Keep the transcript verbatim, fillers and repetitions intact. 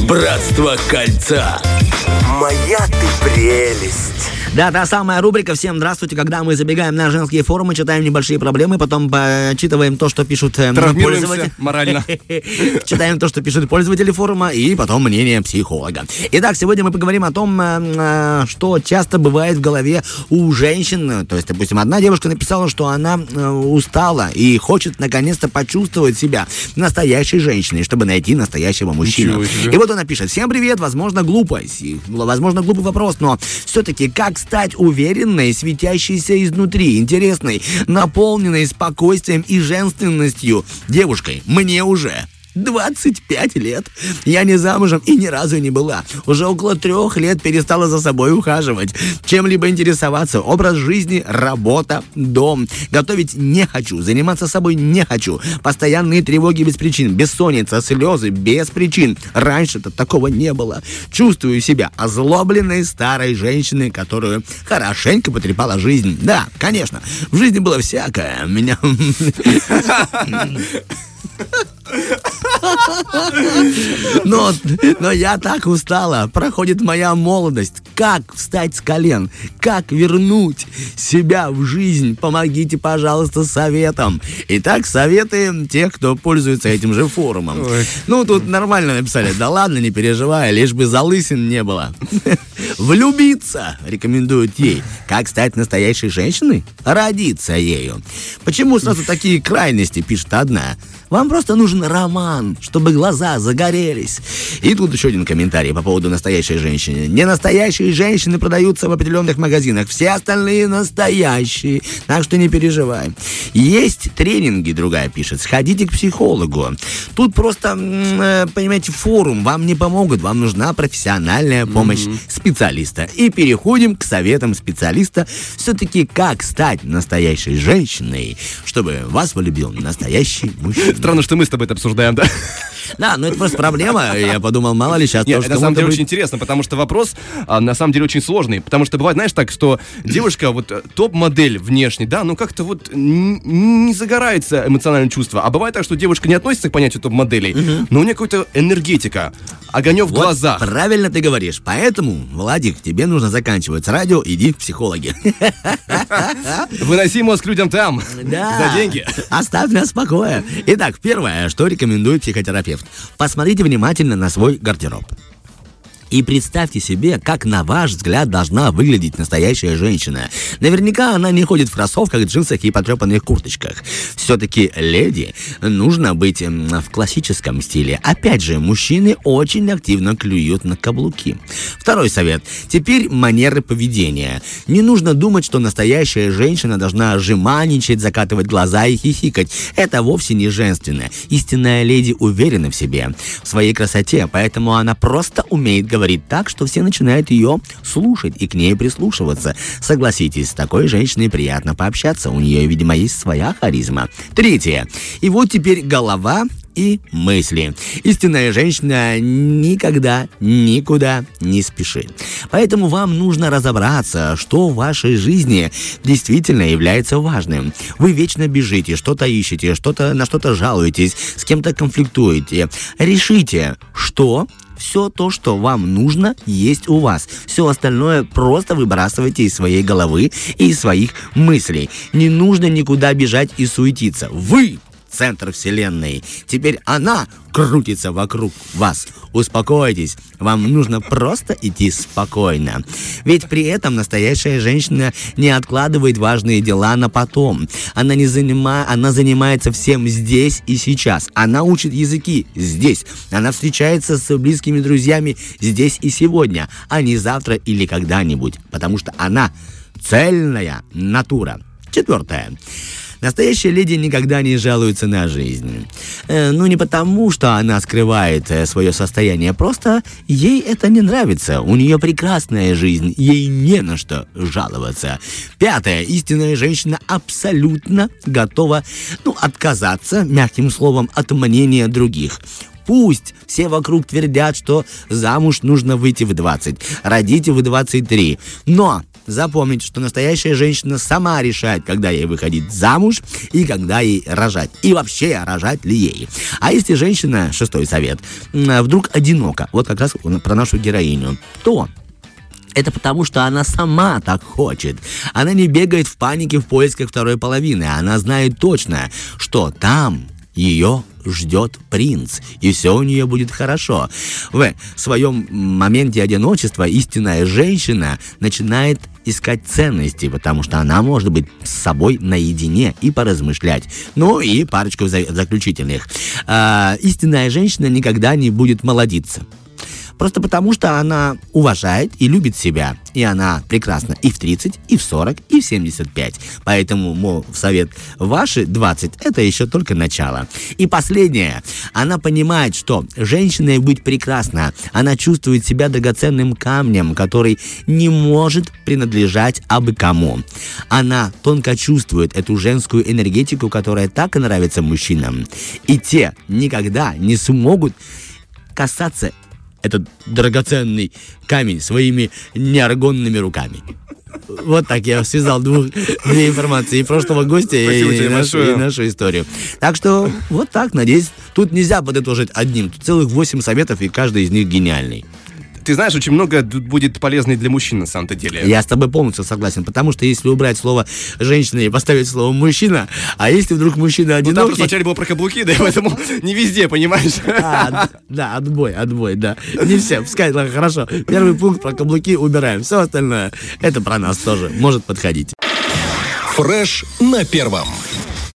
Братство кольца. Моя ты прелесть. Да, та самая рубрика «Всем здравствуйте», когда мы забегаем на женские форумы, читаем небольшие проблемы, потом почитываем то, что пишут э, пользователи. Морально. Читаем то, что пишут пользователи форума, и потом мнение психолога. Итак, сегодня мы поговорим о том, э, что часто бывает в голове у женщин. То есть, допустим, одна девушка написала, что она э, устала и хочет наконец-то почувствовать себя настоящей женщиной, чтобы найти настоящего мужчину. И вот она пишет: «Всем привет, возможно, глупость, возможно, глупый вопрос, но все-таки как стать уверенной, светящейся изнутри, интересной, наполненной спокойствием и женственностью девушкой? Мне уже двадцать пять лет. Я не замужем и ни разу не была. Уже около трех лет перестала за собой ухаживать. Чем-либо интересоваться. Образ жизни, работа, дом. Готовить не хочу. Заниматься собой не хочу. Постоянные тревоги без причин. Бессонница, слезы без причин. Раньше-то такого не было. Чувствую себя озлобленной старой женщиной, которую хорошенько потрепала жизнь. Да, конечно, в жизни было всякое. Меня... Но, но я так устала. Проходит моя молодость. Как встать с колен? Как вернуть себя в жизнь? Помогите, пожалуйста, советом. Итак, советы тех, кто пользуется этим же форумом. Ой. Ну, тут нормально написали. Да ладно, не переживай, лишь бы залысин не было. Влюбиться рекомендуют ей. Как стать настоящей женщиной? Родиться ею. Почему сразу такие крайности, пишет одна? Вам просто нужен роман, чтобы глаза загорелись. И тут еще один комментарий по поводу настоящей женщины. Не настоящие женщины продаются в определенных магазинах. Все остальные настоящие. Так что не переживай. Есть тренинги, другая пишет. Сходите к психологу. Тут просто, понимаете, форум вам не помогут. Вам нужна профессиональная помощь mm-hmm. специалиста. И переходим к советам специалиста. Все-таки как стать настоящей женщиной, чтобы вас полюбил настоящий мужчина. Странно, что мы с тобой это обсуждаем, да? Да, но это просто проблема. Я подумал, мало ли сейчас... Нет, то, это на самом деле быть... очень интересно, потому что вопрос а, на самом деле очень сложный. Потому что бывает, знаешь, так, что девушка, вот топ-модель внешне, да, ну как-то вот не загорается эмоциональное чувство. А бывает так, что девушка не относится к понятию топ-моделей, угу. но у нее какая-то энергетика, огонек в вот глазах. Правильно ты говоришь. Поэтому, Владик, тебе нужно заканчивать с радио, иди к психологе. Выноси мозг людям там. Да. За деньги. Оставь нас в покое. Итак, первое, что рекомендует психотерапевт. Посмотрите внимательно на свой гардероб. И представьте себе, как, на ваш взгляд, должна выглядеть настоящая женщина. Наверняка она не ходит в кроссовках, джинсах и потрепанных курточках. Все-таки леди нужно быть в классическом стиле. Опять же, мужчины очень активно клюют на каблуки. Второй совет. Теперь манеры поведения. Не нужно думать, что настоящая женщина должна жеманничать, закатывать глаза и хихикать. Это вовсе не женственно. Истинная леди уверена в себе, в своей красоте, поэтому она просто умеет говорить. Говорит так, что все начинают ее слушать и к ней прислушиваться. Согласитесь, с такой женщиной приятно пообщаться. У нее, видимо, есть своя харизма. Третье. И вот теперь голова и мысли. Истинная женщина никогда никуда не спешит. Поэтому вам нужно разобраться, что в вашей жизни действительно является важным. Вы вечно бежите, что-то ищете, что-то, на что-то жалуетесь, с кем-то конфликтуете. Решите, что все то, что вам нужно, есть у вас. Все остальное просто выбрасывайте из своей головы и из своих мыслей. Не нужно никуда бежать и суетиться. Вы центр вселенной. Теперь она крутится вокруг вас. Успокойтесь. Вам нужно просто идти спокойно. Ведь при этом настоящая женщина не откладывает важные дела на потом. Она не занима... она занимается всем здесь и сейчас. Она учит языки здесь. Она встречается с близкими друзьями здесь и сегодня, а не завтра или когда-нибудь. Потому что она цельная натура. Четвертое. Настоящая леди никогда не жалуется на жизнь. Э, ну, не потому, что она скрывает э, свое состояние, просто ей это не нравится. У нее прекрасная жизнь, ей не на что жаловаться. Пятое. Истинная женщина абсолютно готова, ну, отказаться, мягким словом, от мнения других. Пусть все вокруг твердят, что замуж нужно выйти в двадцать, родить в двадцать три. Но запомните, что настоящая женщина сама решает, когда ей выходить замуж и когда ей рожать. И вообще, рожать ли ей. А если женщина, шестой совет, вдруг одинока, вот как раз про нашу героиню, то это потому, что она сама так хочет. Она не бегает в панике в поисках второй половины. Она знает точно, что там ее ждет принц, и все у нее будет хорошо. В своем моменте одиночества истинная женщина начинает искать ценности, потому что она может быть с собой наедине и поразмышлять. Ну и парочку заключительных. А, истинная женщина никогда не будет молодиться. Просто потому, что она уважает и любит себя. И она прекрасна и в тридцать, и в сорок, и в семьдесят пять. Поэтому, мол, в совет ваши двадцать – это еще только начало. И последнее. Она понимает, что женщиной быть прекрасно. Она чувствует себя драгоценным камнем, который не может принадлежать абы кому. Она тонко чувствует эту женскую энергетику, которая так и нравится мужчинам. И те никогда не смогут касаться этот драгоценный камень своими неаргонными руками. Вот так я связал двух, две информации, и прошлого гостя, и, и, нашу, и нашу историю. Так что вот так, надеюсь, тут нельзя подытожить одним. Тут целых восемь советов, и каждый из них гениальный. Ты знаешь, очень много будет полезно и для мужчин, на самом-то деле. Я с тобой полностью согласен, потому что если убрать слово «женщина» и поставить слово «мужчина», а если вдруг мужчина одинокий... Ну, там просто вначале было про каблуки, да, поэтому не везде, понимаешь? А, да, отбой, отбой, да. Не все, пускай, ладно, хорошо. Первый пункт про каблуки убираем, все остальное, это про нас тоже может подходить. Фреш на первом.